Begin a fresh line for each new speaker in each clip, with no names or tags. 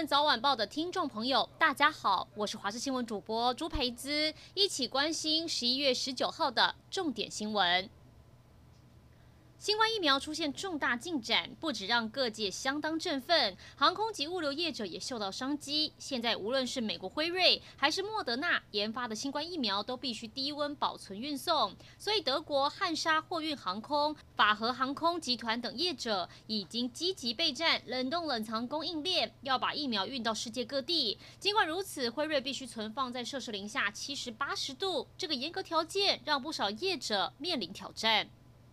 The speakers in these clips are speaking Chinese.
闻早晚报的听众朋友，大家好，我是华视新闻主播朱培姿，一起关心11月19号的重点新闻。新冠疫苗出现重大进展，不止让各界相当振奋，航空及物流业者也嗅到商机。现在无论是美国辉瑞还是莫德纳研发的新冠疫苗，都必须低温保存运送，所以德国汉莎货运航空、法和航空集团等业者已经积极备战冷冻冷藏供应链，要把疫苗运到世界各地。尽管如此，辉瑞必须存放在摄氏零下70、80度，这个严格条件让不少业者面临挑战。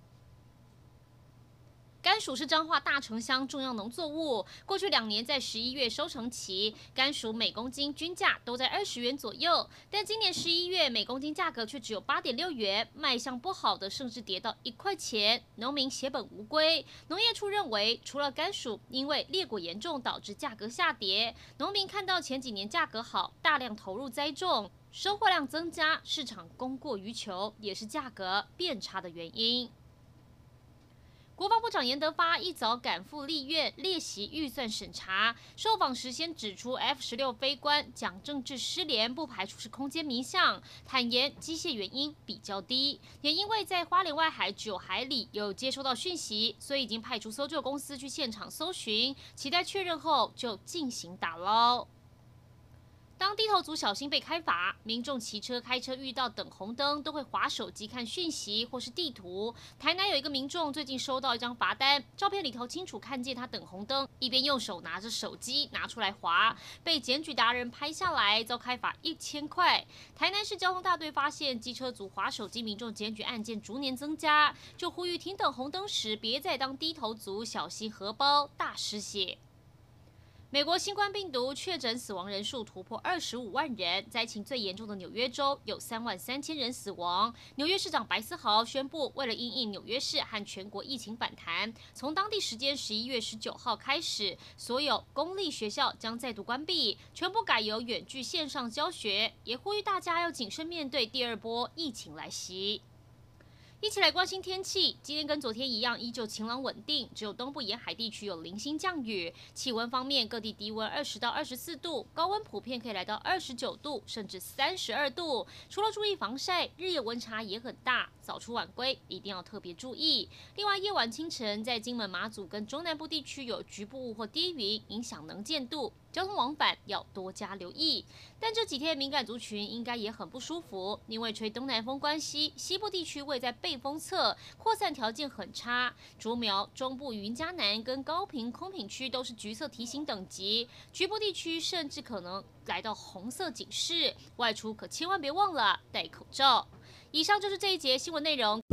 甘薯是彰化大城乡重要农作物，过去2年在11月收成期，甘薯每公斤均价都在20元左右，但今年11月每公斤价格却只有8.6元，卖相不好的甚至跌到1块钱，农民血本无归。农业处认为，除了甘薯因为裂果严重导致价格下跌，农民看到前几年价格好，大量投入栽种，收获量增加，市场供过于求，也是价格变差的原因。国防部长严德发一早赶赴立院列席预算审查，受访时先指出 F-16飞官讲政治失联，不排除是空间迷向，坦言机械原因比较低，也因为在花莲外海9海里有接收到讯息，所以已经派出搜救公司去现场搜寻，期待确认后就进行打捞。当低头族小心被开罚，民众骑车、开车遇到等红灯都会滑手机看讯息或是地图。台南有一个民众最近收到一张罚单，照片里头清楚看见他等红灯，一边用手拿着手机拿出来滑，被检举达人拍下来，遭开罚1000块。台南市交通大队发现机车族滑手机民众检举案件逐年增加，就呼吁停等红灯时别再当低头族，小心荷包大失血。美国新冠病毒确诊死亡人数突破25万人，灾情最严重的纽约州有33000人死亡。纽约市长白思豪宣布，为了因应纽约市和全国疫情反弹，从当地时间11月19号开始，所有公立学校将再度关闭，全部改由远距线上教学，也呼吁大家要谨慎面对第2波疫情来袭。一起来关心天气，今天跟昨天一样，依旧晴朗稳定，只有东部沿海地区有零星降雨。气温方面，各地低温20到24度，高温普遍可以来到29度，甚至32度。除了注意防晒，日夜温差也很大，早出晚归一定要特别注意。另外，夜晚清晨在金门、马祖跟中南部地区有局部雾或低云，影响能见度。交通往返要多加留意，但这几天敏感族群应该也很不舒服，因为吹东南风关系，西部地区位在背风侧，扩散条件很差。竹苗、中部云嘉南跟高屏、空屏区都是橘色提醒等级，局部地区甚至可能来到红色警示，外出可千万别忘了戴口罩。以上就是这一节新闻内容，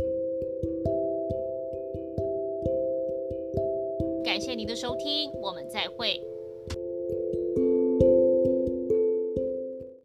感谢您的收听，我们再会。